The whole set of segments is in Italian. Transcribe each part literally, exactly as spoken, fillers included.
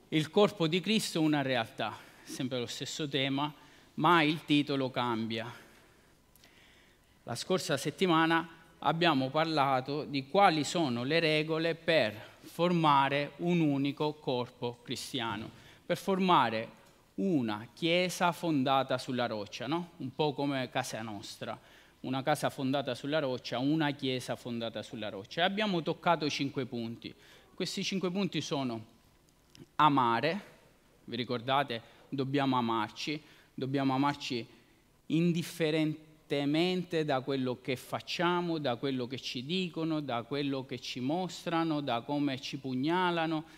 il corpo di Cristo una realtà, sempre lo stesso tema, ma il titolo cambia. La scorsa settimana abbiamo parlato di quali sono le regole per formare un unico corpo cristiano, per formare una chiesa fondata sulla roccia, no? Un po' come casa nostra, una casa fondata sulla roccia, una chiesa fondata sulla roccia. E abbiamo toccato cinque punti. Questi cinque punti sono amare, vi ricordate? Dobbiamo amarci, dobbiamo amarci indifferentemente da quello che facciamo, da quello che ci dicono, da quello che ci mostrano, da come ci pugnalano.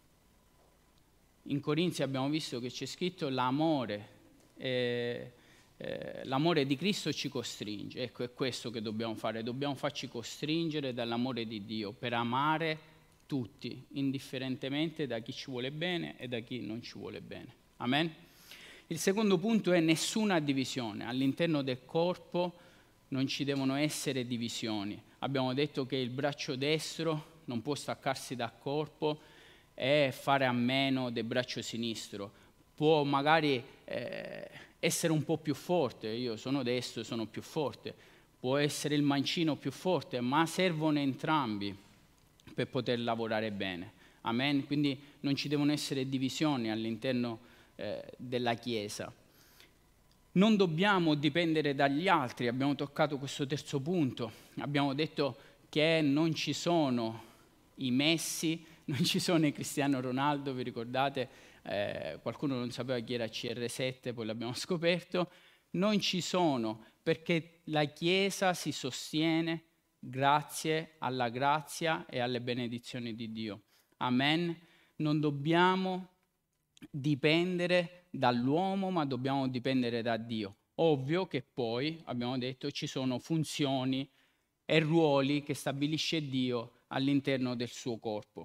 In Corinzi abbiamo visto che c'è scritto l'amore, eh, eh, l'amore di Cristo ci costringe. Ecco, è questo che dobbiamo fare, dobbiamo farci costringere dall'amore di Dio per amare tutti, indifferentemente da chi ci vuole bene e da chi non ci vuole bene. Amen? Il secondo punto è nessuna divisione. All'interno del corpo non ci devono essere divisioni. Abbiamo detto che il braccio destro non può staccarsi dal corpo e fare a meno del braccio sinistro. Può magari eh, essere un po' più forte, io sono destro, sono più forte. Può essere il mancino più forte, ma servono entrambi per poter lavorare bene. Amen? Quindi non ci devono essere divisioni all'interno eh, della Chiesa. Non dobbiamo dipendere dagli altri, abbiamo toccato questo terzo punto. Abbiamo detto che non ci sono i Messi, non ci sono i Cristiano Ronaldo, vi ricordate? Eh, qualcuno non sapeva chi era C R sette, poi l'abbiamo scoperto. Non ci sono, perché la Chiesa si sostiene grazie alla grazia e alle benedizioni di Dio. Amen. Non dobbiamo dipendere dall'uomo, ma dobbiamo dipendere da Dio. Ovvio che poi, abbiamo detto, ci sono funzioni e ruoli che stabilisce Dio all'interno del suo corpo.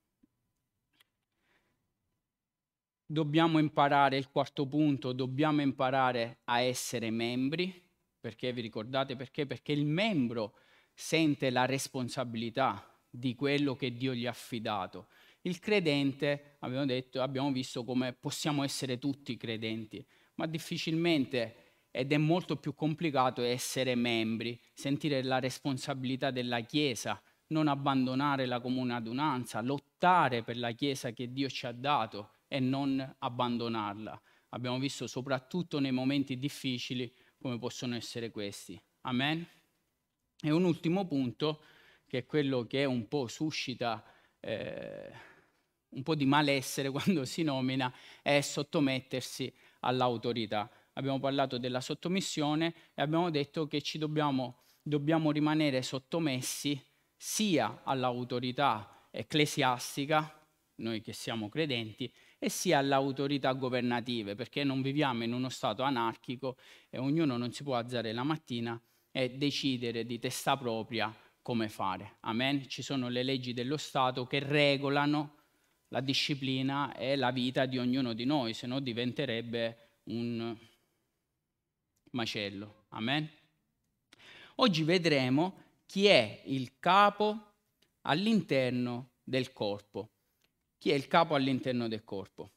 Dobbiamo imparare, il quarto punto, dobbiamo imparare a essere membri, perché vi ricordate perché? Perché il membro sente la responsabilità di quello che Dio gli ha affidato. Il credente, abbiamo detto, abbiamo visto come possiamo essere tutti credenti, ma difficilmente, ed è molto più complicato essere membri, sentire la responsabilità della Chiesa, non abbandonare la comune adunanza, lottare per la Chiesa che Dio ci ha dato e non abbandonarla. Abbiamo visto soprattutto nei momenti difficili come possono essere questi. Amen? E un ultimo punto, che è quello che un po' suscita eh, un po' di malessere quando si nomina, è sottomettersi all'autorità. Abbiamo parlato della sottomissione e abbiamo detto che ci dobbiamo, dobbiamo rimanere sottomessi sia all'autorità ecclesiastica, noi che siamo credenti, e sia alle autorità governative, perché non viviamo in uno stato anarchico e ognuno non si può alzare la mattina e decidere di testa propria come fare. Amen? Ci sono le leggi dello Stato che regolano la disciplina e la vita di ognuno di noi, se no diventerebbe un macello. Amen? Oggi vedremo chi è il capo all'interno del corpo. Chi è il capo all'interno del corpo?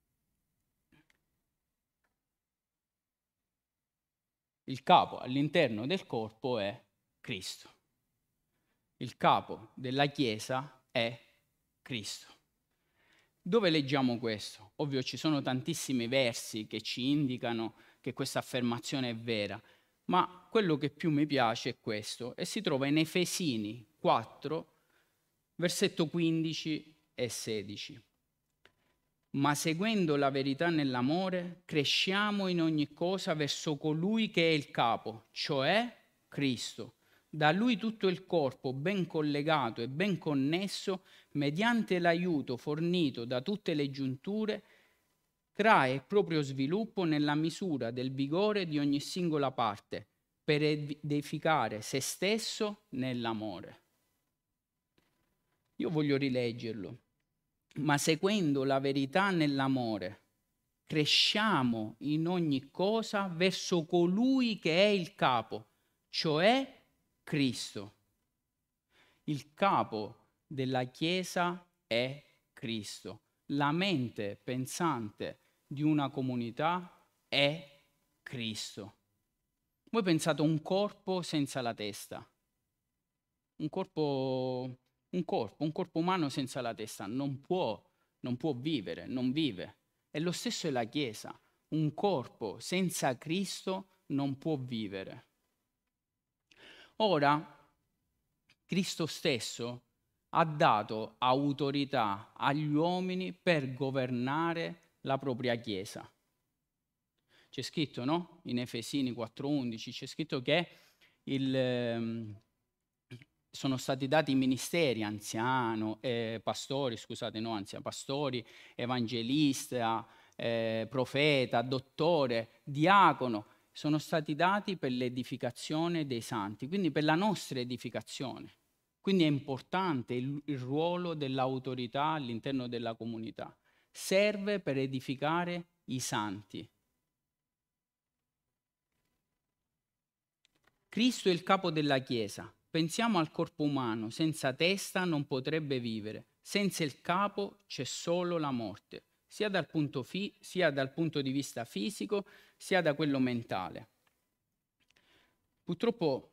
Il capo all'interno del corpo è Cristo. Il capo della Chiesa è Cristo. Dove leggiamo questo? Ovvio, ci sono tantissimi versi che ci indicano che questa affermazione è vera, ma quello che più mi piace è questo, e si trova in Efesini quattro, versetto quindici e sedici. Ma seguendo la verità nell'amore, cresciamo in ogni cosa verso colui che è il capo, cioè Cristo. Da lui tutto il corpo, ben collegato e ben connesso, mediante l'aiuto fornito da tutte le giunture, trae il proprio sviluppo nella misura del vigore di ogni singola parte, per edificare se stesso nell'amore. Io voglio rileggerlo. Ma seguendo la verità nell'amore, cresciamo in ogni cosa verso colui che è il capo, cioè Cristo. Il capo della Chiesa è Cristo. la mente pensante di una comunità è Cristo. Voi pensate a un corpo senza la testa, un corpo, un corpo, un corpo umano senza la testa non può, non può vivere, non vive. E lo stesso è la Chiesa, un corpo senza Cristo non può vivere. Ora, Cristo stesso ha dato autorità agli uomini per governare la propria Chiesa. C'è scritto, no? In Efesini quattro undici c'è scritto che il, ehm, sono stati dati i ministeri, anziano, eh, pastori, scusate, no, anziano, pastori, evangelista, eh, profeta, dottore, diacono, sono stati dati per l'edificazione dei santi, quindi per la nostra edificazione. Quindi è importante il, il ruolo dell'autorità all'interno della comunità. Serve per edificare i santi. Cristo è il capo della Chiesa. Pensiamo al corpo umano, senza testa non potrebbe vivere. Senza il capo c'è solo la morte, sia dal punto, fi- sia dal punto di vista fisico, sia da quello mentale. Purtroppo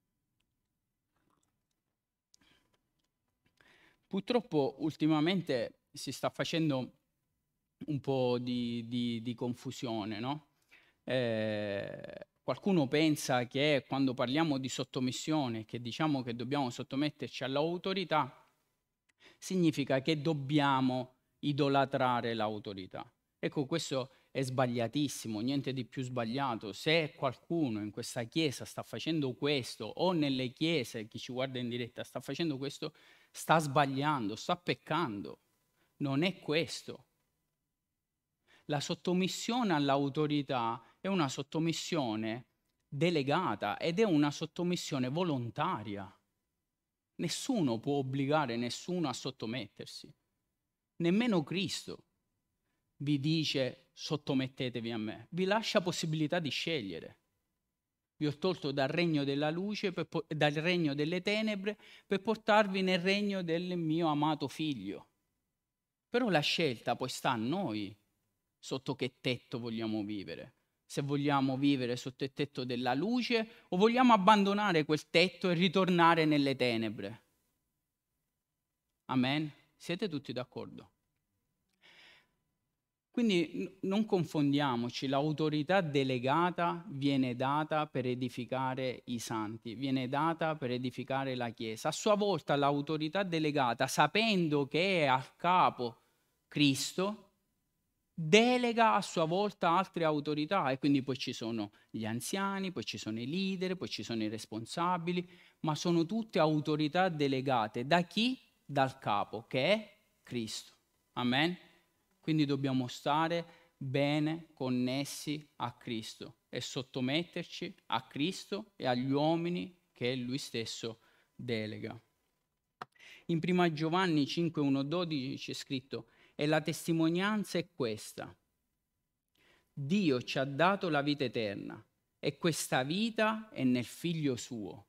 Purtroppo ultimamente si sta facendo un po' di, di- di confusione, no? Eh, qualcuno pensa che quando parliamo di sottomissione, che diciamo che dobbiamo sottometterci all'autorità, significa che dobbiamo idolatrare l'autorità. Ecco, questo è sbagliatissimo, niente di più sbagliato. Se qualcuno in questa chiesa sta facendo questo, o nelle chiese, chi ci guarda in diretta sta facendo questo, sta sbagliando, sta peccando. Non è questo. La sottomissione all'autorità è una sottomissione delegata ed è una sottomissione volontaria. Nessuno può obbligare nessuno a sottomettersi. Nemmeno Cristo vi dice sottomettetevi a me. Vi lascia possibilità di scegliere. Vi ho tolto dal regno della luce, per po- dal regno delle tenebre, per portarvi nel regno del mio amato figlio. Però la scelta poi sta a noi sotto che tetto vogliamo vivere. Se vogliamo vivere sotto il tetto della luce o vogliamo abbandonare quel tetto e ritornare nelle tenebre. Amen? Siete tutti d'accordo? Quindi n- non confondiamoci, l'autorità delegata viene data per edificare i santi, viene data per edificare la Chiesa. A sua volta l'autorità delegata, sapendo che è al capo Cristo, delega a sua volta altre autorità e quindi poi ci sono gli anziani, poi ci sono i leader, poi ci sono i responsabili, ma sono tutte autorità delegate da chi? Dal capo, che è Cristo. Amen? Quindi dobbiamo stare bene connessi a Cristo e sottometterci a Cristo e agli uomini che Lui stesso delega. In prima Giovanni cinque, uno, dodici c'è scritto: e la testimonianza è questa: Dio ci ha dato la vita eterna e questa vita è nel Figlio suo.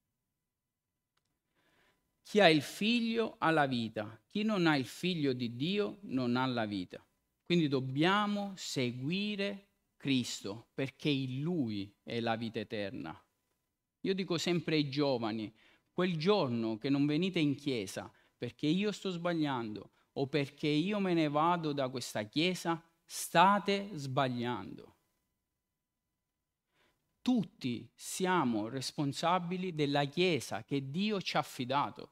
Chi ha il Figlio ha la vita, chi non ha il Figlio di Dio non ha la vita. Quindi dobbiamo seguire Cristo perché in Lui è la vita eterna. Io dico sempre ai giovani, quel giorno che non venite in chiesa perché io sto sbagliando o perché io me ne vado da questa chiesa, state sbagliando. Tutti siamo responsabili della chiesa che Dio ci ha affidato.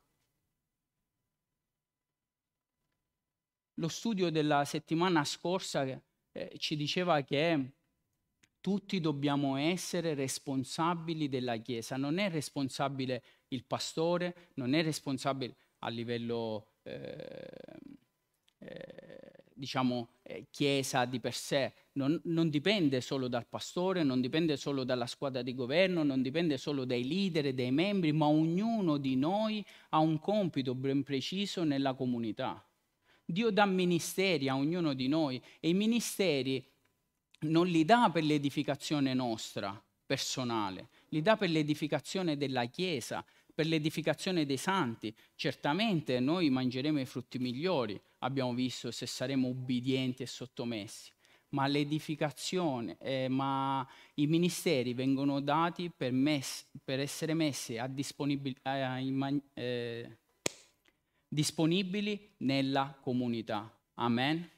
Lo studio della settimana scorsa eh, ci diceva che tutti dobbiamo essere responsabili della Chiesa. Non è responsabile il pastore, non è responsabile a livello, eh, eh, diciamo, eh, Chiesa di per sé. Non, non dipende solo dal pastore, non dipende solo dalla squadra di governo, non dipende solo dai leader e dai membri, ma ognuno di noi ha un compito ben preciso nella comunità. Dio dà ministeri a ognuno di noi e i ministeri non li dà per l'edificazione nostra, personale, li dà per l'edificazione della Chiesa, per l'edificazione dei santi. Certamente noi mangeremo i frutti migliori, abbiamo visto, se saremo ubbidienti e sottomessi, ma l'edificazione, eh, ma i ministeri vengono dati per, mess- per essere messi a disponibil- a- in man- eh, disponibili nella comunità. Amen.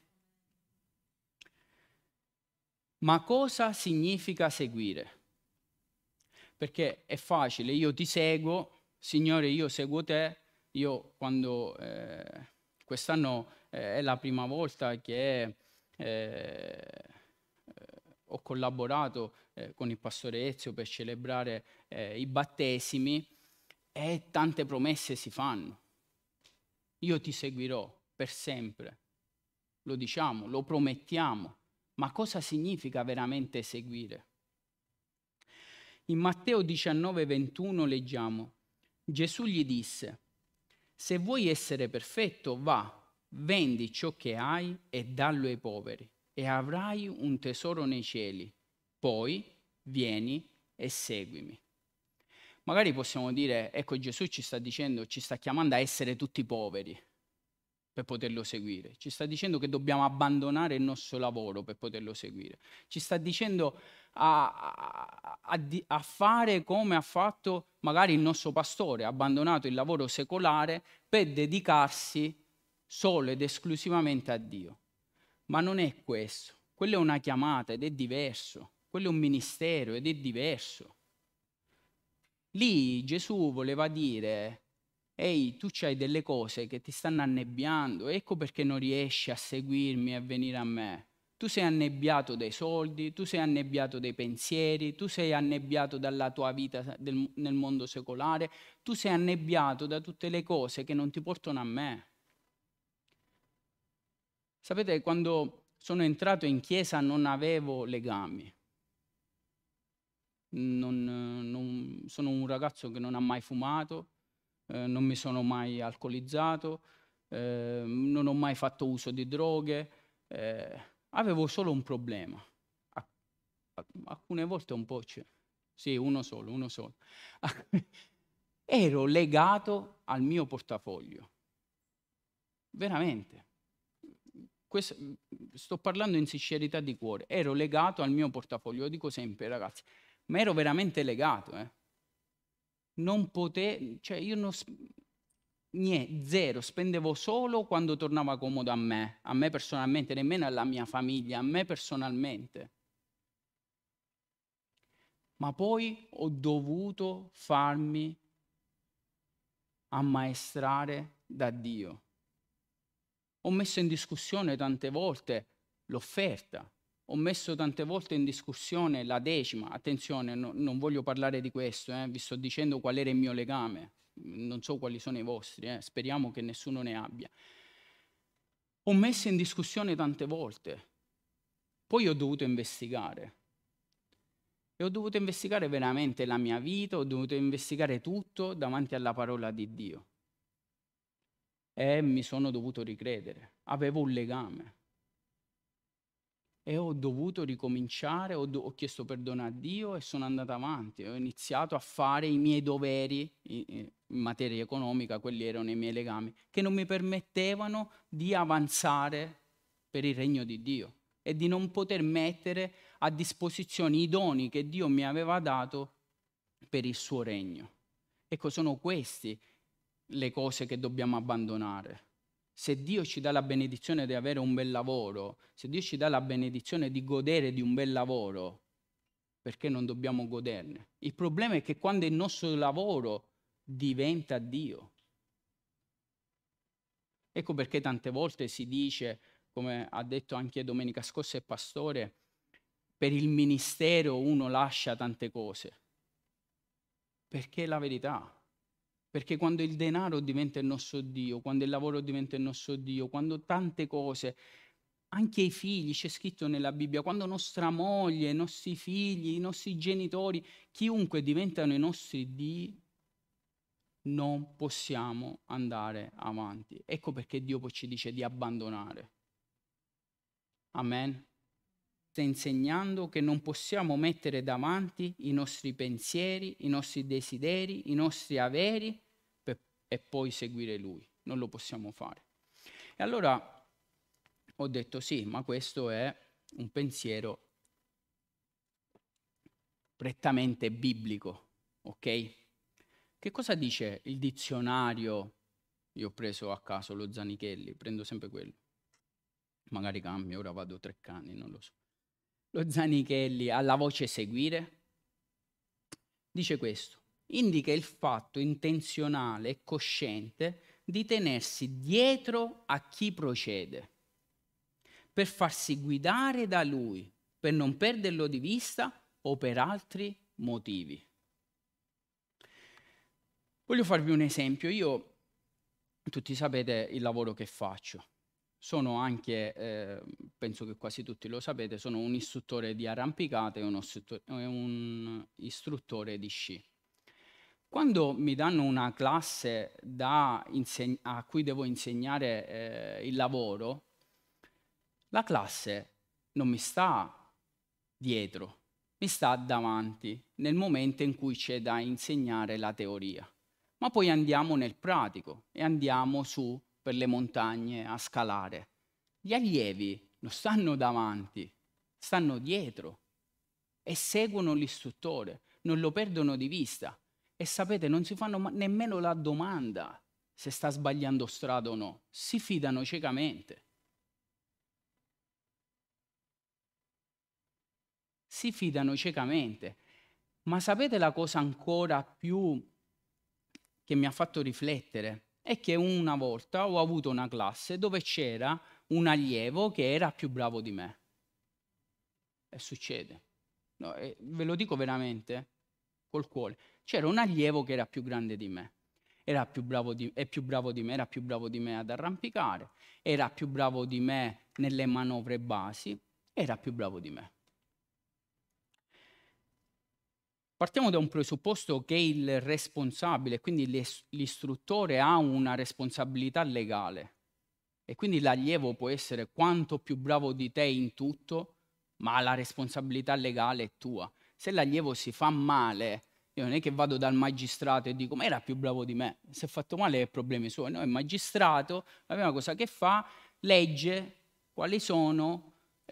Ma cosa significa seguire? Perché è facile, io ti seguo, Signore, io seguo te. Io quando eh, quest'anno eh, è la prima volta che eh, ho collaborato eh, con il pastore Ezio per celebrare eh, i battesimi, e tante promesse si fanno. Io ti seguirò per sempre, lo diciamo, lo promettiamo, ma cosa significa veramente seguire? In Matteo diciannove ventuno leggiamo: Gesù gli disse: se vuoi essere perfetto, va, vendi ciò che hai e dallo ai poveri, e avrai un tesoro nei cieli. Poi vieni e seguimi. Magari possiamo dire, ecco, Gesù ci sta dicendo, ci sta chiamando a essere tutti poveri per poterlo seguire. Ci sta dicendo che dobbiamo abbandonare il nostro lavoro per poterlo seguire. Ci sta dicendo a, a, a, a fare come ha fatto magari il nostro pastore, ha abbandonato il lavoro secolare per dedicarsi solo ed esclusivamente a Dio. Ma non è questo. Quello è una chiamata ed è diverso. Quello è un ministero ed è diverso. Lì Gesù voleva dire: ehi, tu c'hai delle cose che ti stanno annebbiando, ecco perché non riesci a seguirmi e a venire a me. Tu sei annebbiato dai soldi, tu sei annebbiato dai pensieri, tu sei annebbiato dalla tua vita del, nel mondo secolare, tu sei annebbiato da tutte le cose che non ti portano a me. Sapete, quando sono entrato in chiesa non avevo legami. Non, non, sono un ragazzo che non ha mai fumato, eh, non mi sono mai alcolizzato, eh, non ho mai fatto uso di droghe, eh, avevo solo un problema. A- a- alcune volte un po' c'è. Sì, uno solo, uno solo. Ero legato al mio portafoglio. Veramente. Questo, sto parlando in sincerità di cuore. Ero legato al mio portafoglio, lo dico sempre, ragazzi. Ma ero veramente legato, eh. Non potevo, cioè io non, niente, zero, spendevo solo quando tornava comodo a me, a me personalmente, nemmeno alla mia famiglia, a me personalmente. Ma poi ho dovuto farmi ammaestrare da Dio. Ho messo in discussione tante volte l'offerta, ho messo tante volte in discussione la decima. Attenzione, no, non voglio parlare di questo, eh, vi sto dicendo qual era il mio legame, non so quali sono i vostri, eh, speriamo che nessuno ne abbia. Ho messo in discussione tante volte, poi ho dovuto investigare. E ho dovuto investigare veramente la mia vita, ho dovuto investigare tutto davanti alla parola di Dio. E mi sono dovuto ricredere, avevo un legame. E ho dovuto ricominciare, ho, do- ho chiesto perdono a Dio e sono andato avanti. Ho iniziato a fare i miei doveri in, in materia economica, quelli erano i miei legami, che non mi permettevano di avanzare per il regno di Dio e di non poter mettere a disposizione i doni che Dio mi aveva dato per il suo regno. Ecco, sono queste le cose che dobbiamo abbandonare. Se Dio ci dà la benedizione di avere un bel lavoro, se Dio ci dà la benedizione di godere di un bel lavoro, perché non dobbiamo goderne? Il problema è che quando il nostro lavoro diventa Dio. Ecco perché tante volte si dice, come ha detto anche domenica scorsa il pastore, per il ministero uno lascia tante cose. Perché è la verità. Perché quando il denaro diventa il nostro Dio, quando il lavoro diventa il nostro Dio, quando tante cose, anche i figli, c'è scritto nella Bibbia, quando nostra moglie, i nostri figli, i nostri genitori, chiunque diventano i nostri Dii, non possiamo andare avanti. Ecco perché Dio poi ci dice di abbandonare. Amen. sta insegnando che non possiamo mettere davanti i nostri pensieri, i nostri desideri, i nostri averi per, e poi seguire Lui. Non lo possiamo fare. E allora ho detto sì, ma questo è un pensiero prettamente biblico, ok? Che cosa dice il dizionario? Io ho preso a caso lo Zanichelli, prendo sempre quello. Magari cambio, ora vado tre cani, non lo so. Lo Zanichelli alla voce seguire dice questo: indica il fatto intenzionale e cosciente di tenersi dietro a chi procede, per farsi guidare da lui, per non perderlo di vista o per altri motivi. Voglio farvi un esempio. Io, tutti sapete il lavoro che faccio. Sono anche, eh, penso che quasi tutti lo sapete, sono un istruttore di arrampicata e un, un istruttore di sci. Quando mi danno una classe da inseg- a cui devo insegnare eh, il lavoro, la classe non mi sta dietro, mi sta davanti nel momento in cui c'è da insegnare la teoria. Ma poi andiamo nel pratico e andiamo su per le montagne a scalare. Gli allievi non stanno davanti, stanno dietro e seguono l'istruttore, non lo perdono di vista. E sapete, non si fanno nemmeno la domanda se sta sbagliando strada o no, si fidano ciecamente. Si fidano ciecamente. Ma sapete la cosa ancora più che mi ha fatto riflettere? È che una volta ho avuto una classe dove c'era un allievo che era più bravo di me. E succede. No, e ve lo dico veramente, col cuore. C'era un allievo che era più grande di me. Era più bravo di, è più bravo di me, era più bravo di me ad arrampicare, era più bravo di me nelle manovre basi, era più bravo di me. Partiamo da un presupposto che il responsabile, quindi l'istruttore, ha una responsabilità legale e quindi l'allievo può essere quanto più bravo di te in tutto, ma la responsabilità legale è tua. Se l'allievo si fa male, io non è che vado dal magistrato e dico ma era più bravo di me, se è fatto male è problemi suoi. No, il magistrato, la prima cosa che fa, legge quali sono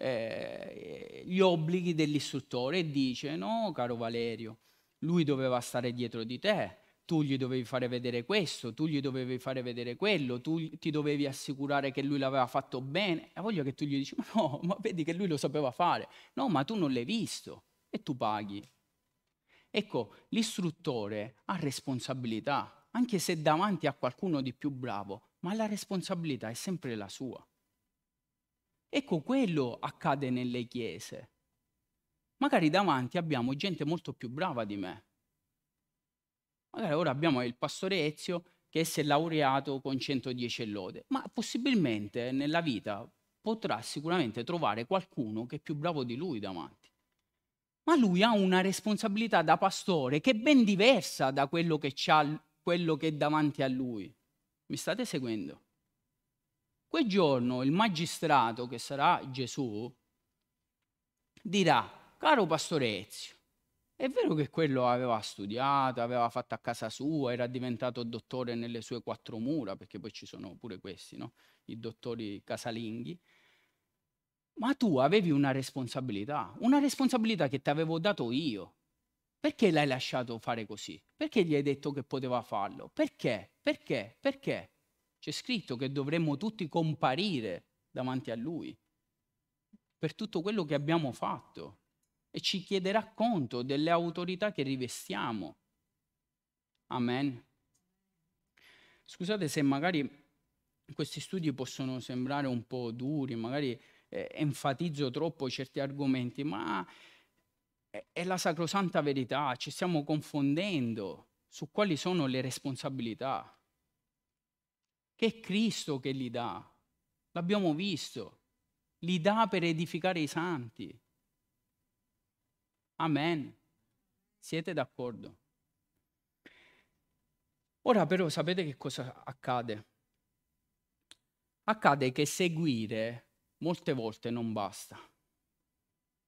eh, gli obblighi dell'istruttore e dice no, caro Valerio, lui doveva stare dietro di te, tu gli dovevi fare vedere questo, tu gli dovevi fare vedere quello, tu ti dovevi assicurare che lui l'aveva fatto bene. E voglio che tu gli dici, ma no, ma vedi che lui lo sapeva fare. No, ma tu non l'hai visto e tu paghi. Ecco, l'istruttore ha responsabilità, anche se davanti a qualcuno di più bravo, ma la responsabilità è sempre la sua. Ecco, quello accade nelle chiese. Magari davanti abbiamo gente molto più brava di me. Magari ora abbiamo il pastore Ezio che si è laureato con centodieci lode, ma possibilmente nella vita potrà sicuramente trovare qualcuno che è più bravo di lui davanti. Ma lui ha una responsabilità da pastore che è ben diversa da quello che c'ha, quello che è davanti a lui. Mi state seguendo? Quel giorno il magistrato, che sarà Gesù, dirà, caro pastore Ezio, è vero che quello aveva studiato, aveva fatto a casa sua, era diventato dottore nelle sue quattro mura, perché poi ci sono pure questi, no? I dottori casalinghi. Ma tu avevi una responsabilità, una responsabilità che ti avevo dato io. Perché l'hai lasciato fare così? Perché gli hai detto che poteva farlo? Perché? Perché? Perché? C'è scritto che dovremmo tutti comparire davanti a lui per tutto quello che abbiamo fatto e ci chiederà conto delle autorità che rivestiamo. Amen. Scusate se magari questi studi possono sembrare un po' duri, magari eh, enfatizzo troppo certi argomenti, ma è, è la sacrosanta verità, ci stiamo confondendo su quali sono le responsabilità. Che è Cristo che li dà, l'abbiamo visto, li dà per edificare i santi. Amen. Siete d'accordo? Ora però sapete che cosa accade? Accade che seguire molte volte non basta.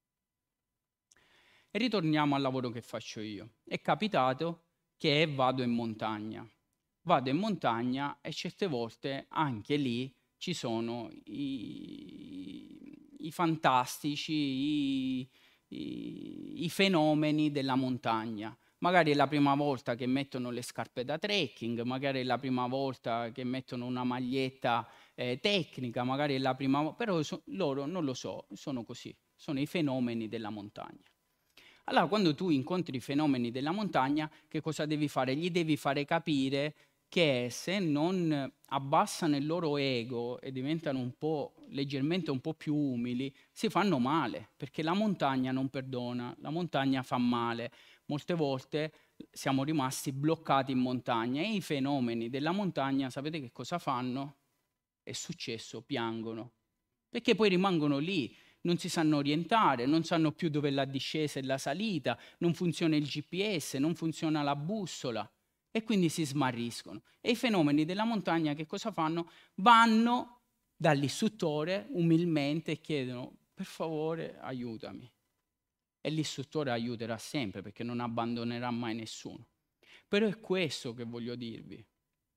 E ritorniamo al lavoro che faccio io. È capitato che vado in montagna. Vado in montagna e certe volte anche lì ci sono i, i fantastici, i, i, i fenomeni della montagna. Magari è la prima volta che mettono le scarpe da trekking, magari è la prima volta che mettono una maglietta eh, tecnica, magari è la prima volta, però so, loro non lo so, sono così, sono i fenomeni della montagna. Allora, quando tu incontri i fenomeni della montagna, che cosa devi fare? Gli devi fare capire che se non abbassano il loro ego e diventano un po' leggermente un po' più umili, si fanno male, perché la montagna non perdona, la montagna fa male. Molte volte siamo rimasti bloccati in montagna e i fenomeni della montagna, sapete che cosa fanno? È successo, piangono, perché poi rimangono lì, non si sanno orientare, non sanno più dove è la discesa e la salita, non funziona il G P S, non funziona la bussola e quindi si smarriscono. E i fenomeni della montagna che cosa fanno? Vanno dall'istruttore umilmente e chiedono: per favore aiutami. E l'istruttore aiuterà sempre perché non abbandonerà mai nessuno. Però è questo che voglio dirvi.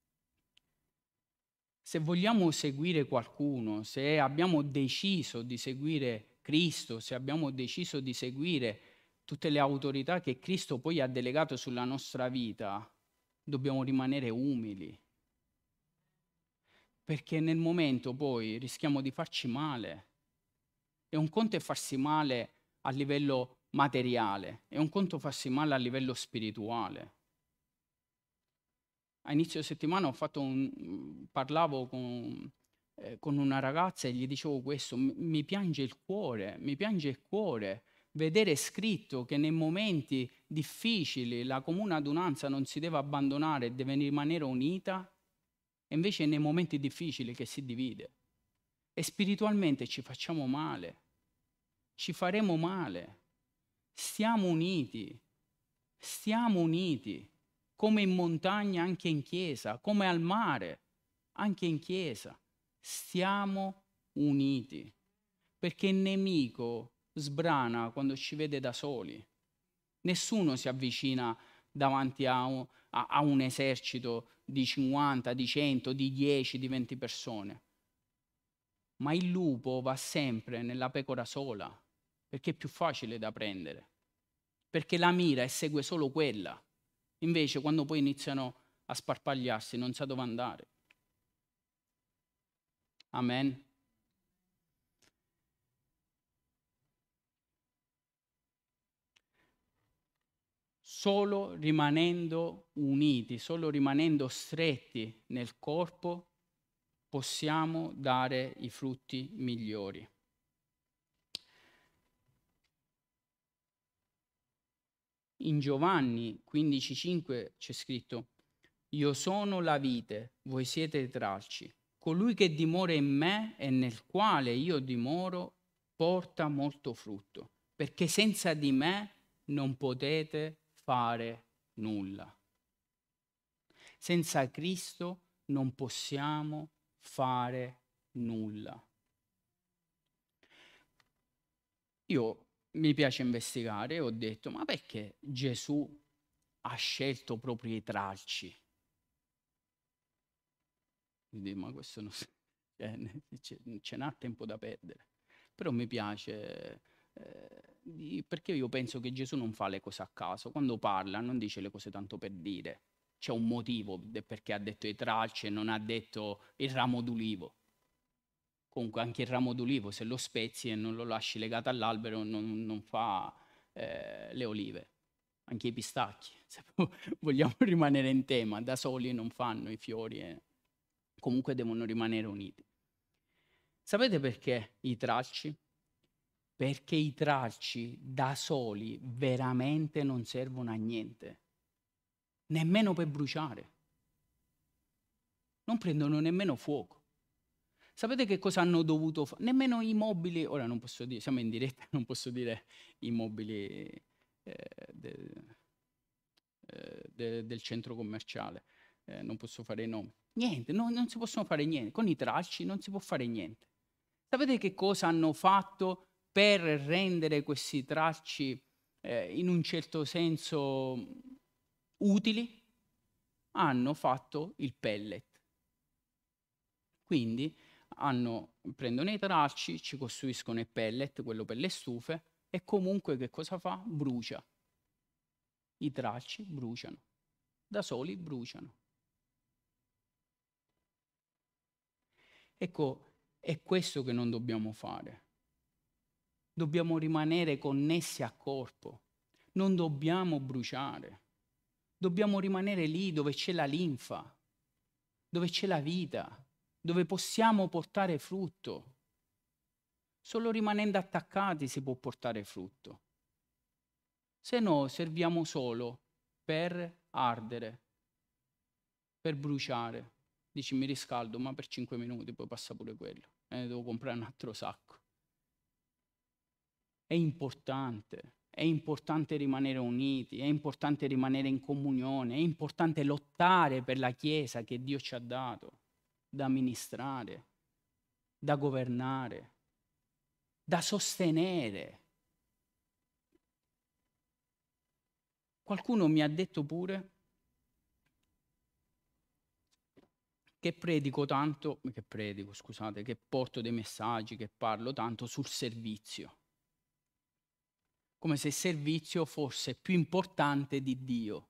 Se vogliamo seguire qualcuno, se abbiamo deciso di seguire Cristo, se abbiamo deciso di seguire tutte le autorità che Cristo poi ha delegato sulla nostra vita, dobbiamo rimanere umili. Perché nel momento poi rischiamo di farci male. E un conto è farsi male a livello materiale, è un conto farsi male a livello spirituale. A inizio settimana ho fatto un, parlavo con, eh, con una ragazza e gli dicevo questo: mi piange il cuore, mi piange il cuore vedere scritto che nei momenti difficili la comune adunanza non si deve abbandonare e deve rimanere unita, e invece è nei momenti difficili che si divide. E spiritualmente ci facciamo male, ci faremo male. Stiamo uniti, stiamo uniti. Come in montagna anche in chiesa, come al mare anche in chiesa. Stiamo uniti, perché il nemico sbrana quando ci vede da soli. Nessuno si avvicina davanti a un, a, a un esercito di cinquanta, di cento, di dieci, di venti persone. Ma il lupo va sempre nella pecora sola, perché è più facile da prendere, perché la mira e segue solo quella. Invece quando poi iniziano a sparpagliarsi non sa dove andare. Amen. Solo rimanendo uniti, solo rimanendo stretti nel corpo, possiamo dare i frutti migliori. In Giovanni quindici cinque c'è scritto: io sono la vite, voi siete i tralci. Colui che dimora in me e nel quale io dimoro porta molto frutto, perché senza di me non potete fare nulla. Senza Cristo non possiamo fare nulla. Io mi piace investigare e ho detto: ma perché Gesù ha scelto proprio i tralci? Ma questo non ce n'ha tempo da perdere. Però mi piace, eh, perché io penso che Gesù non fa le cose a caso. Quando parla non dice le cose tanto per dire. C'è un motivo perché ha detto i tralci e non ha detto il ramo d'ulivo. Comunque anche il ramo d'ulivo, se lo spezzi e non lo lasci legato all'albero, non, non fa eh, le olive. Anche i pistacchi, se vogliamo rimanere in tema, da soli non fanno i fiori e comunque devono rimanere uniti. Sapete perché i tralci? Perché i tralci da soli veramente non servono a niente, nemmeno per bruciare. Non prendono nemmeno fuoco. Sapete che cosa hanno dovuto fare? Nemmeno i mobili, ora non posso dire, siamo in diretta, non posso dire i mobili eh, de, eh, de, del centro commerciale, eh, non posso fare i nomi. Niente, no, non si possono fare niente, con i tralci non si può fare niente. Sapete che cosa hanno fatto per rendere questi tralci eh, in un certo senso utili, hanno fatto il pellet. Quindi hanno, prendono i tralci, ci costruiscono il pellet, quello per le stufe, e comunque che cosa fa? Brucia. I tralci bruciano, da soli bruciano. Ecco, è questo che non dobbiamo fare. Dobbiamo rimanere connessi a corpo, non dobbiamo bruciare. Dobbiamo rimanere lì dove c'è la linfa, dove c'è la vita, dove possiamo portare frutto. Solo rimanendo attaccati si può portare frutto. Se no, serviamo solo per ardere, per bruciare. Dici, mi riscaldo, ma per cinque minuti poi passa pure quello. E ne devo comprare un altro sacco. È importante, è importante rimanere uniti, è importante rimanere in comunione, è importante lottare per la Chiesa che Dio ci ha dato, da amministrare, da governare, da sostenere. Qualcuno mi ha detto pure che predico tanto, che predico, scusate, che porto dei messaggi, che parlo tanto sul servizio. Come se il servizio fosse più importante di Dio.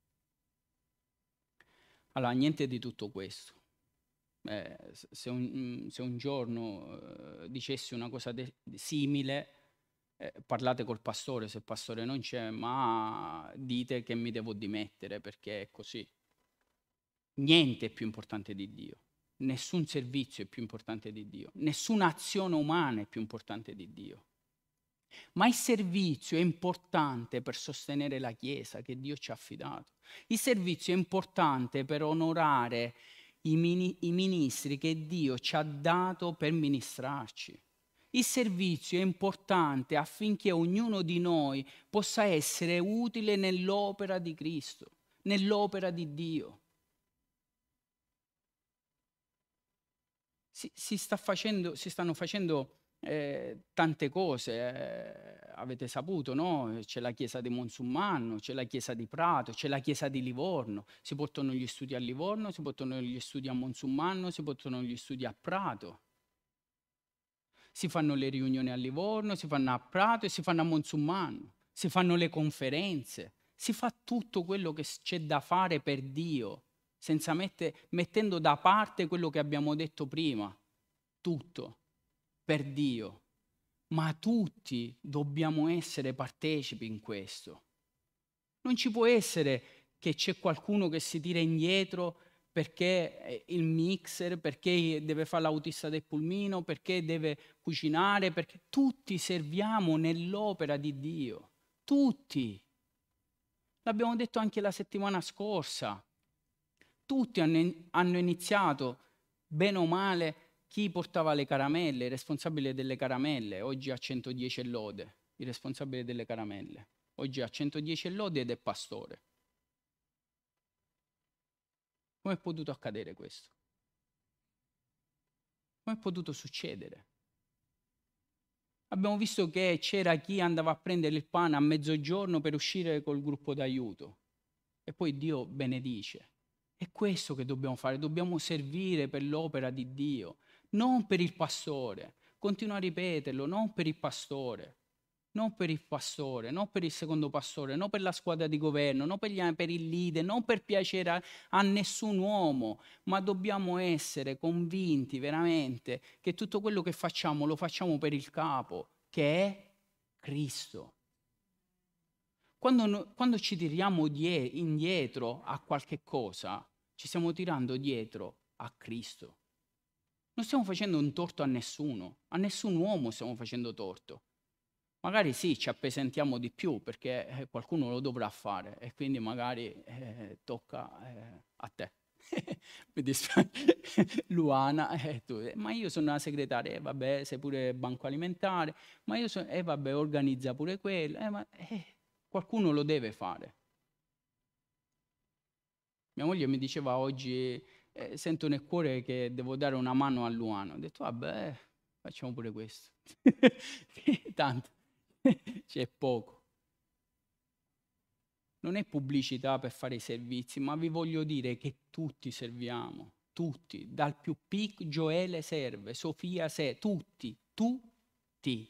Allora, niente di tutto questo. Eh, se, un, se un giorno eh, dicessi una cosa de- simile, eh, parlate col pastore, se il pastore non c'è, ma dite che mi devo dimettere perché è così. Niente è più importante di Dio. Nessun servizio è più importante di Dio. Nessuna azione umana è più importante di Dio. Ma il servizio è importante per sostenere la Chiesa che Dio ci ha affidato. Il servizio è importante per onorare i, mini, i ministri che Dio ci ha dato per ministrarci. Il servizio è importante affinché ognuno di noi possa essere utile nell'opera di Cristo, nell'opera di Dio. Si, si, sta facendo, si stanno facendo eh, tante cose, eh, avete saputo, no? C'è la chiesa di Monsummanno, c'è la chiesa di Prato, c'è la chiesa di Livorno, si portano gli studi a Livorno, si portano gli studi a Monsummanno, si portano gli studi a Prato. Si fanno le riunioni a Livorno, si fanno a Prato e si fanno a Monsummanno, si fanno le conferenze, si fa tutto quello che c'è da fare per Dio, senza mette, mettendo da parte quello che abbiamo detto prima, tutto per Dio. Ma tutti dobbiamo essere partecipi in questo. Non ci può essere che c'è qualcuno che si tira indietro perché il mixer, perché deve fare l'autista del pulmino, perché deve cucinare, perché tutti serviamo nell'opera di Dio. Tutti. L'abbiamo detto anche la settimana scorsa. Tutti hanno, hanno iniziato, bene o male, chi portava le caramelle, il responsabile delle caramelle, oggi ha centodieci lode, il responsabile delle caramelle. Oggi ha centodieci lodi ed è pastore. Come è potuto accadere questo? Come è potuto succedere? Abbiamo visto che c'era chi andava a prendere il pane a mezzogiorno per uscire col gruppo d'aiuto e poi Dio benedice. È questo che dobbiamo fare, dobbiamo servire per l'opera di Dio, non per il pastore. Continuo a ripeterlo, non per il pastore. Non per il pastore, non per il secondo pastore, non per la squadra di governo, non per, gli, per il leader, non per piacere a, a nessun uomo, ma dobbiamo essere convinti veramente che tutto quello che facciamo lo facciamo per il capo, che è Cristo. Quando, no, quando ci tiriamo die, indietro a qualche cosa, ci stiamo tirando dietro a Cristo. Non stiamo facendo un torto a nessuno, a nessun uomo stiamo facendo torto. Magari sì, ci appesentiamo di più perché eh, qualcuno lo dovrà fare e quindi magari eh, tocca eh, a te. Mi dispiace, Luana, eh, tu, eh, ma io sono una segretaria, eh, vabbè, sei pure banco alimentare, ma io sono, eh vabbè, organizza pure quello, eh, ma eh, qualcuno lo deve fare. Mia moglie mi diceva oggi, eh, sento nel cuore che devo dare una mano a Luana. Ho detto, vabbè, facciamo pure questo. Tanto. C'è poco. non è pubblicità per fare i servizi, ma vi voglio dire che tutti serviamo, tutti, dal più piccolo, Gioele serve, Sofia serve, tutti, tutti.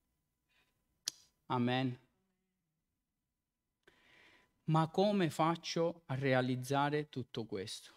Amen. Ma come faccio a realizzare tutto questo?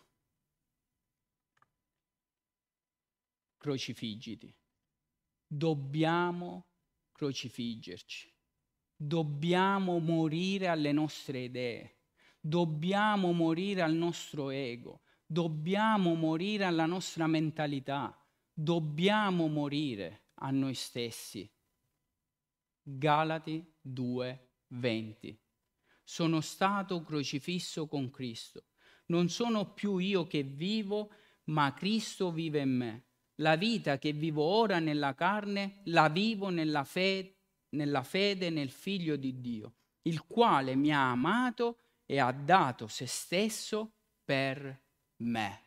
Crocifiggiti. Dobbiamo crocifiggerci. Dobbiamo morire alle nostre idee. Dobbiamo morire al nostro ego. Dobbiamo morire alla nostra mentalità. Dobbiamo morire a noi stessi. Galati due venti. Sono stato crocifisso con Cristo. Non sono più io che vivo, ma Cristo vive in me. La vita che vivo ora nella carne, la vivo nella fede, nella fede nel Figlio di Dio, il quale mi ha amato e ha dato se stesso per me.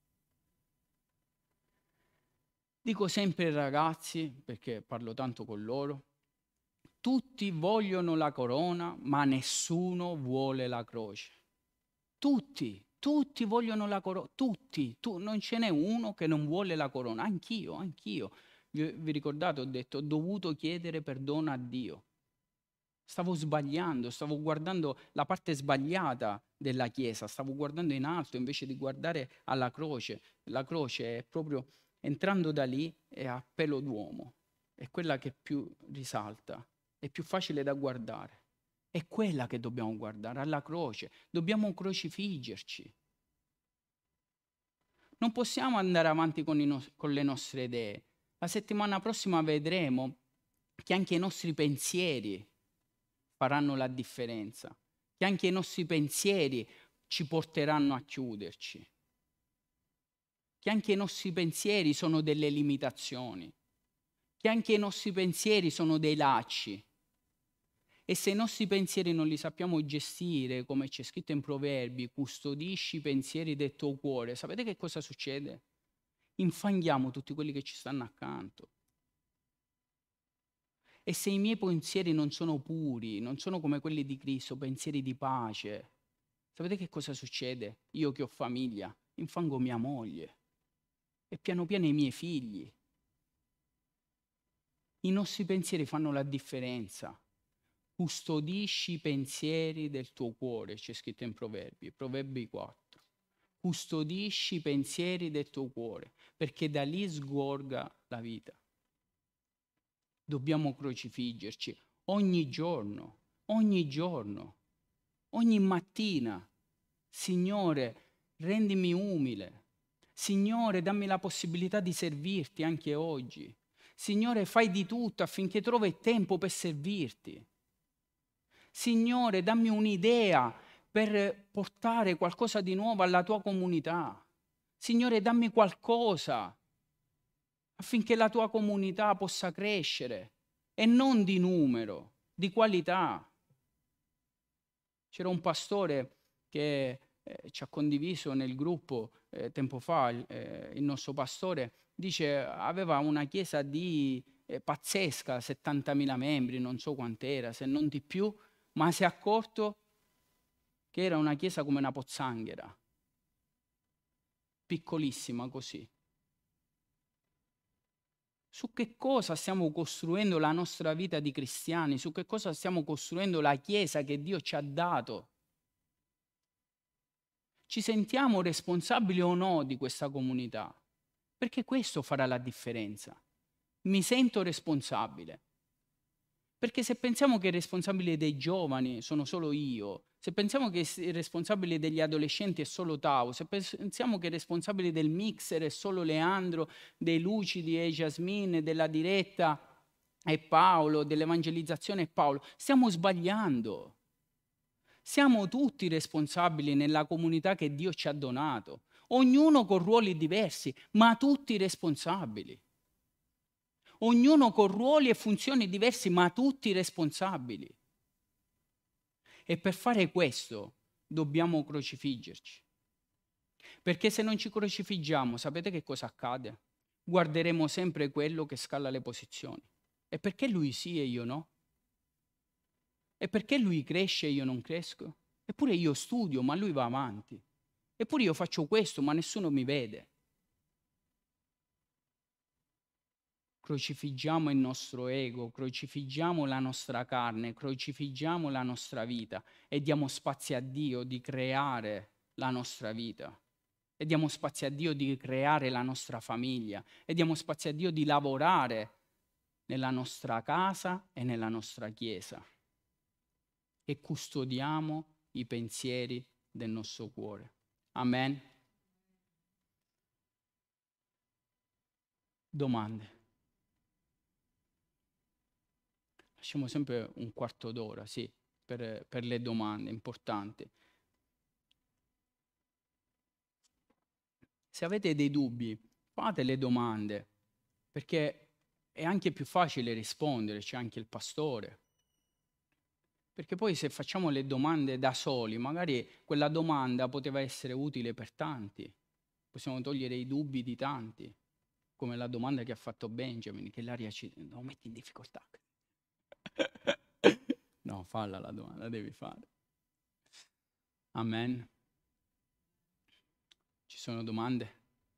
Dico sempre ai ragazzi, perché parlo tanto con loro, tutti vogliono la corona, ma nessuno vuole la croce. Tutti, tutti vogliono la corona, tutti, tu, non ce n'è uno che non vuole la corona, anch'io, anch'io. Vi, vi ricordate, ho detto, ho dovuto chiedere perdono a Dio. Stavo sbagliando, stavo guardando la parte sbagliata della Chiesa, stavo guardando in alto invece di guardare alla croce. La croce è proprio, entrando da lì, è a pelo d'uomo, è quella che più risalta, è più facile da guardare. È quella che dobbiamo guardare, alla croce. Dobbiamo crocifiggerci. Non possiamo andare avanti con, no- con le nostre idee. La settimana prossima vedremo che anche i nostri pensieri faranno la differenza, che anche i nostri pensieri ci porteranno a chiuderci, che anche i nostri pensieri sono delle limitazioni, che anche i nostri pensieri sono dei lacci. E se i nostri pensieri non li sappiamo gestire, come c'è scritto in Proverbi, custodisci i pensieri del tuo cuore, sapete che cosa succede? Infanghiamo tutti quelli che ci stanno accanto. E se i miei pensieri non sono puri, non sono come quelli di Cristo, pensieri di pace, sapete che cosa succede? Io che ho famiglia, infango mia moglie e piano piano i miei figli. I nostri pensieri fanno la differenza. Custodisci i pensieri del tuo cuore, c'è scritto in Proverbi, Proverbi quattro. Custodisci i pensieri del tuo cuore, perché da lì sgorga la vita. Dobbiamo crocifiggerci ogni giorno, ogni giorno, ogni mattina. Signore, rendimi umile. Signore, dammi la possibilità di servirti anche oggi. Signore, fai di tutto affinché trovi tempo per servirti. Signore, dammi un'idea per portare qualcosa di nuovo alla tua comunità. Signore, dammi qualcosa affinché la tua comunità possa crescere e non di numero, di qualità. C'era un pastore che eh, ci ha condiviso nel gruppo eh, tempo fa, eh, il nostro pastore, dice aveva una chiesa di eh, pazzesca, settantamila membri, non so quant'era, se non di più, ma si è accorto che era una chiesa come una pozzanghera, piccolissima così. Su che cosa stiamo costruendo la nostra vita di cristiani? Su che cosa stiamo costruendo la Chiesa che Dio ci ha dato? Ci sentiamo responsabili o no di questa comunità? Perché questo farà la differenza. Mi sento responsabile. Perché se pensiamo che il responsabile dei giovani sono solo io, se pensiamo che il responsabile degli adolescenti è solo Tao, se pensiamo che il responsabile del mixer è solo Leandro, dei lucidi e Jasmine, della diretta è Paolo, dell'evangelizzazione è Paolo, stiamo sbagliando. Siamo tutti responsabili nella comunità che Dio ci ha donato, ognuno con ruoli diversi, ma tutti responsabili. Ognuno con ruoli e funzioni diversi, ma tutti responsabili. E per fare questo dobbiamo crocifiggerci. Perché se non ci crocifiggiamo, sapete che cosa accade? Guarderemo sempre quello che scala le posizioni. E perché lui sì e io no? E perché lui cresce e io non cresco? Eppure io studio, ma lui va avanti. Eppure io faccio questo, ma nessuno mi vede. Crocifiggiamo il nostro ego, crocifiggiamo la nostra carne, crocifiggiamo la nostra vita e diamo spazio a Dio di creare la nostra vita. E diamo spazio a Dio di creare la nostra famiglia. E diamo spazio a Dio di lavorare nella nostra casa e nella nostra chiesa. E custodiamo i pensieri del nostro cuore. Amen. Domande. Lasciamo sempre un quarto d'ora, sì, per, per le domande, importanti. Se avete dei dubbi, fate le domande, perché è anche più facile rispondere, c'è anche il pastore. Perché poi se facciamo le domande da soli, magari quella domanda poteva essere utile per tanti. Possiamo togliere i dubbi di tanti, come la domanda che ha fatto Benjamin, che l'aria ci no, metti in difficoltà. No, falla la domanda, devi fare. Amen. Ci sono domande?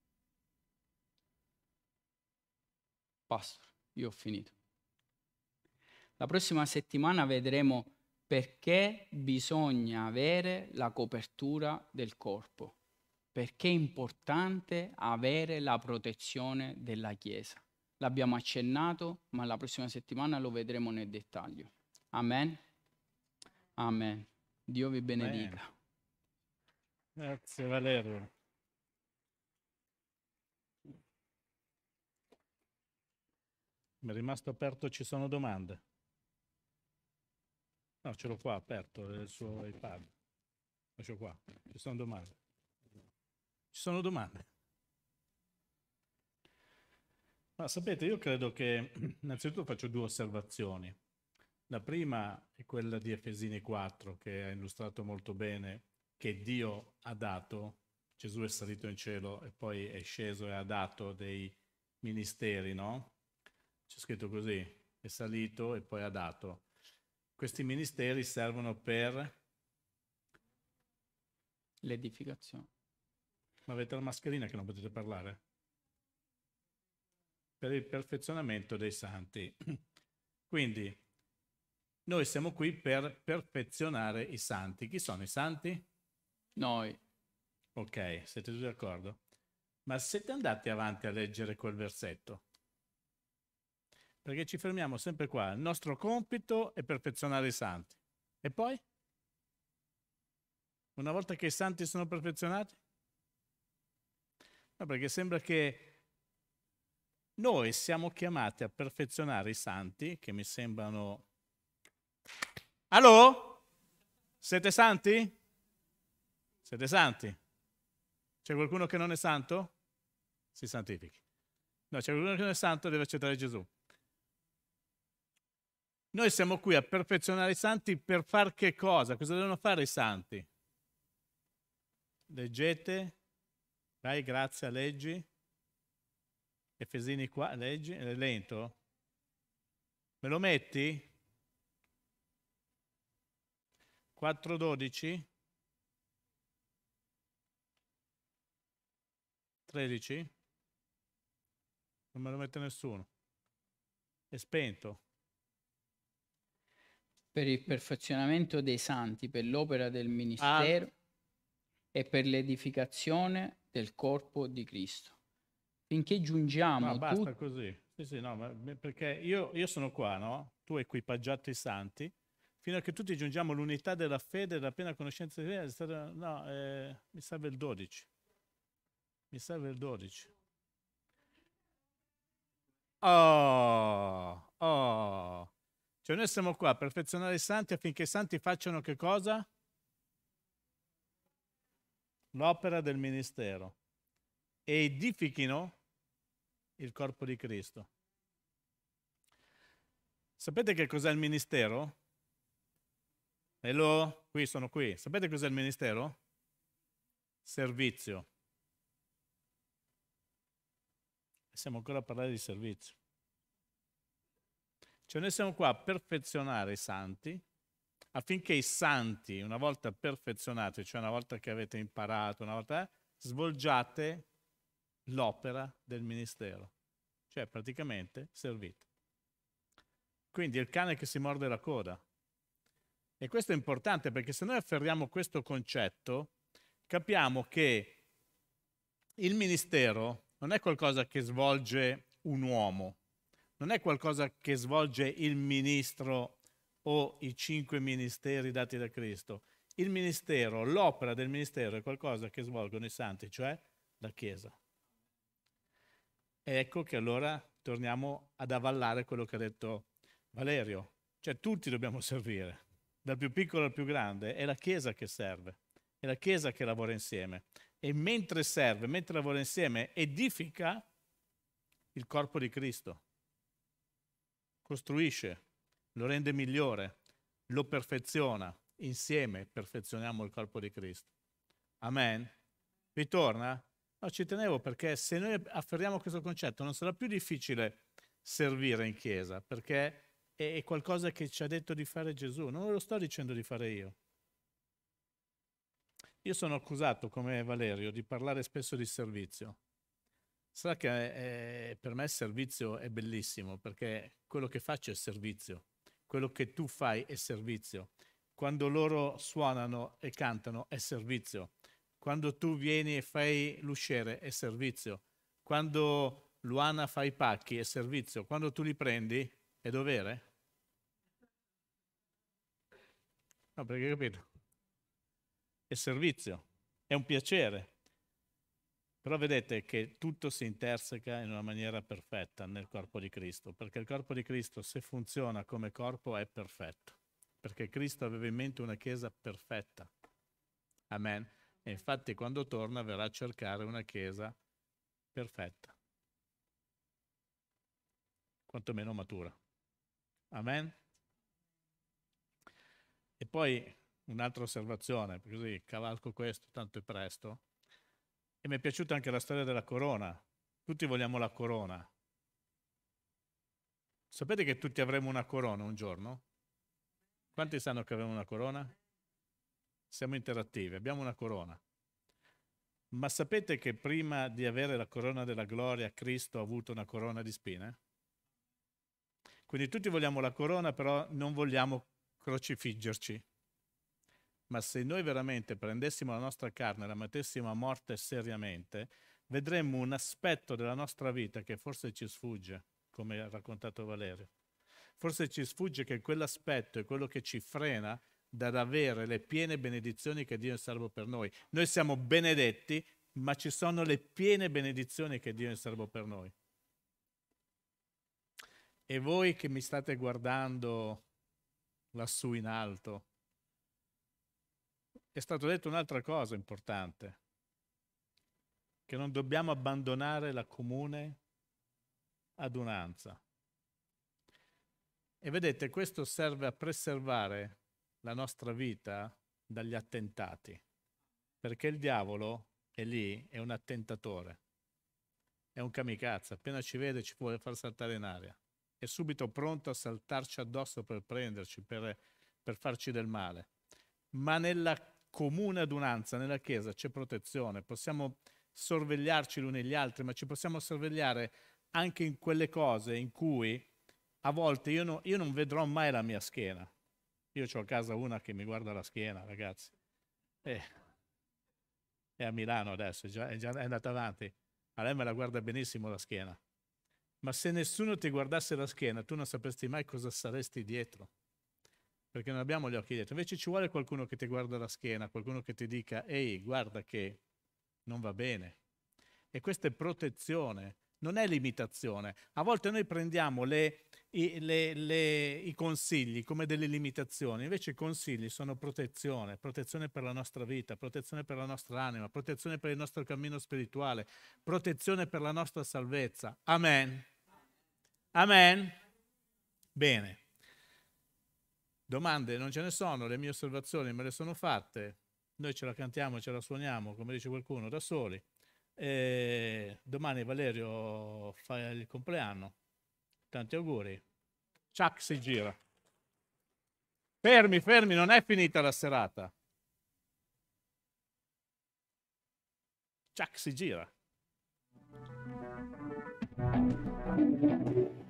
Pastor, io ho finito. La prossima settimana vedremo perché bisogna avere la copertura del corpo, perché è importante avere la protezione della Chiesa. L'abbiamo accennato, ma la prossima settimana lo vedremo nel dettaglio. Amen. Amen. Dio vi benedica. Bene. Grazie Valerio. Mi è rimasto aperto, ci sono domande? No, ce l'ho qua aperto, è il suo iPad. Lascio qua, ci sono domande. Ci sono domande. Ma sapete, io credo che innanzitutto faccio due osservazioni. La prima è quella di Efesini quattro, che ha illustrato molto bene che Dio ha dato, Gesù è salito in cielo e poi è sceso e ha dato dei ministeri, no? C'è scritto così, è salito e poi ha dato. Questi ministeri servono per L'edificazione. Ma avete la mascherina che non potete parlare? Per il perfezionamento dei santi. Quindi noi siamo qui per perfezionare i santi. Chi sono i santi? Noi. Ok, siete tutti d'accordo? Ma siete andati avanti a leggere quel versetto? Perché ci fermiamo sempre qua. Il nostro compito è perfezionare i santi. E poi? Una volta che i santi sono perfezionati? No, perché sembra che noi siamo chiamati a perfezionare i santi, che mi sembrano... Allo? Siete santi? Siete santi? C'è qualcuno che non è santo? Si santifichi. No, c'è qualcuno che non è santo, deve accettare Gesù. Noi siamo qui a perfezionare i santi per far che cosa? Cosa devono fare i santi? Leggete. Vai, grazie, leggi. Efesini qua, leggi. È lento? Me lo metti? quattro dodici? tredici? Non me lo mette nessuno. È spento. Per il perfezionamento dei santi, per l'opera del ministero Alt. e per l'edificazione del corpo di Cristo. Finché giungiamo No, basta tutti... così. Sì, sì, no, ma perché io, io sono qua, no? Tu hai equipaggiato i santi, fino a che tutti giungiamo all'unità della fede e della piena conoscenza di Dio. No, eh, mi serve il dodici. Mi serve il dodici. Oh, oh. Cioè noi siamo qua a perfezionare i santi affinché i santi facciano che cosa? L'opera del ministero. E edifichino il corpo di Cristo. Sapete che cos'è il ministero? Hello? Qui sono qui. Sapete cos'è il ministero? Servizio. E siamo ancora a parlare di servizio. Cioè noi siamo qua a perfezionare i santi affinché i santi, una volta perfezionati, cioè una volta che avete imparato, una volta, svolgiate l'opera del ministero, cioè praticamente servite. Quindi è il cane che si morde la coda. E questo è importante perché se noi afferriamo questo concetto, capiamo che il ministero non è qualcosa che svolge un uomo, non è qualcosa che svolge il ministro o i cinque ministeri dati da Cristo. Il ministero, l'opera del ministero è qualcosa che svolgono i santi, cioè la Chiesa. E ecco che allora torniamo ad avvallare quello che ha detto Valerio, cioè tutti dobbiamo servire, dal più piccolo al più grande, è la Chiesa che serve, è la Chiesa che lavora insieme e mentre serve, mentre lavora insieme, edifica il corpo di Cristo, costruisce, lo rende migliore, lo perfeziona, insieme perfezioniamo il corpo di Cristo. Amen? Vi torna? No, ci tenevo perché se noi afferriamo questo concetto non sarà più difficile servire in chiesa, perché è qualcosa che ci ha detto di fare Gesù, non lo sto dicendo di fare io. Io sono accusato, come Valerio, di parlare spesso di servizio. Sarà che eh, per me il servizio è bellissimo, perché quello che faccio è servizio, quello che tu fai è servizio. Quando loro suonano e cantano è servizio. Quando tu vieni e fai l'usciere è servizio. Quando Luana fa i pacchi è servizio. Quando tu li prendi è dovere? No, perché capito? È servizio, è un piacere. Però vedete che tutto si interseca in una maniera perfetta nel corpo di Cristo, perché il corpo di Cristo, se funziona come corpo, è perfetto. Perché Cristo aveva in mente una chiesa perfetta. Amen. E infatti quando torna verrà a cercare una chiesa perfetta, quantomeno matura. Amen. E poi un'altra osservazione, così cavalco questo, tanto è presto. E mi è piaciuta anche la storia della corona. Tutti vogliamo la corona. Sapete che tutti avremo una corona un giorno? Quanti sanno che avremo una corona? Siamo interattivi, abbiamo una corona. Ma sapete che prima di avere la corona della gloria, Cristo ha avuto una corona di spine? Quindi tutti vogliamo la corona, però non vogliamo crocifiggerci. Ma se noi veramente prendessimo la nostra carne e la mettessimo a morte seriamente, vedremmo un aspetto della nostra vita che forse ci sfugge, come ha raccontato Valerio. Forse ci sfugge che quell'aspetto è quello che ci frena dad avere le piene benedizioni che Dio è in serbo per noi. Noi siamo benedetti, ma ci sono le piene benedizioni che Dio è in serbo per noi. E voi che mi state guardando lassù in alto, è stato detto un'altra cosa importante, che non dobbiamo abbandonare la comune adunanza. E vedete, questo serve a preservare la nostra vita dagli attentati, perché il diavolo è lì, è un attentatore, è un kamikaze, appena ci vede ci vuole far saltare in aria, è subito pronto a saltarci addosso per prenderci, per, per farci del male. Ma nella comune adunanza, nella Chiesa, c'è protezione, possiamo sorvegliarci gli uni gli altri, ma ci possiamo sorvegliare anche in quelle cose in cui a volte io, no, io non vedrò mai la mia schiena. Io ho a casa una che mi guarda la schiena, ragazzi. Eh, è a Milano adesso, è, già, è, già, è andata avanti. A lei me la guarda benissimo la schiena. Ma se nessuno ti guardasse la schiena, tu non sapresti mai cosa saresti dietro. Perché non abbiamo gli occhi dietro. Invece ci vuole qualcuno che ti guarda la schiena, qualcuno che ti dica, ehi, guarda che non va bene. E questa è protezione, non è limitazione. A volte noi prendiamo le, i, le, le, i consigli come delle limitazioni, invece i consigli sono protezione, protezione per la nostra vita, protezione per la nostra anima, protezione per il nostro cammino spirituale, protezione per la nostra salvezza. Amen. Amen. Bene. Domande non ce ne sono, le mie osservazioni me le sono fatte, noi ce la cantiamo, ce la suoniamo, come dice qualcuno, da soli. E domani Valerio fa il compleanno, tanti auguri. Chuck si gira. Fermi, fermi, non è finita la serata. Chuck si gira.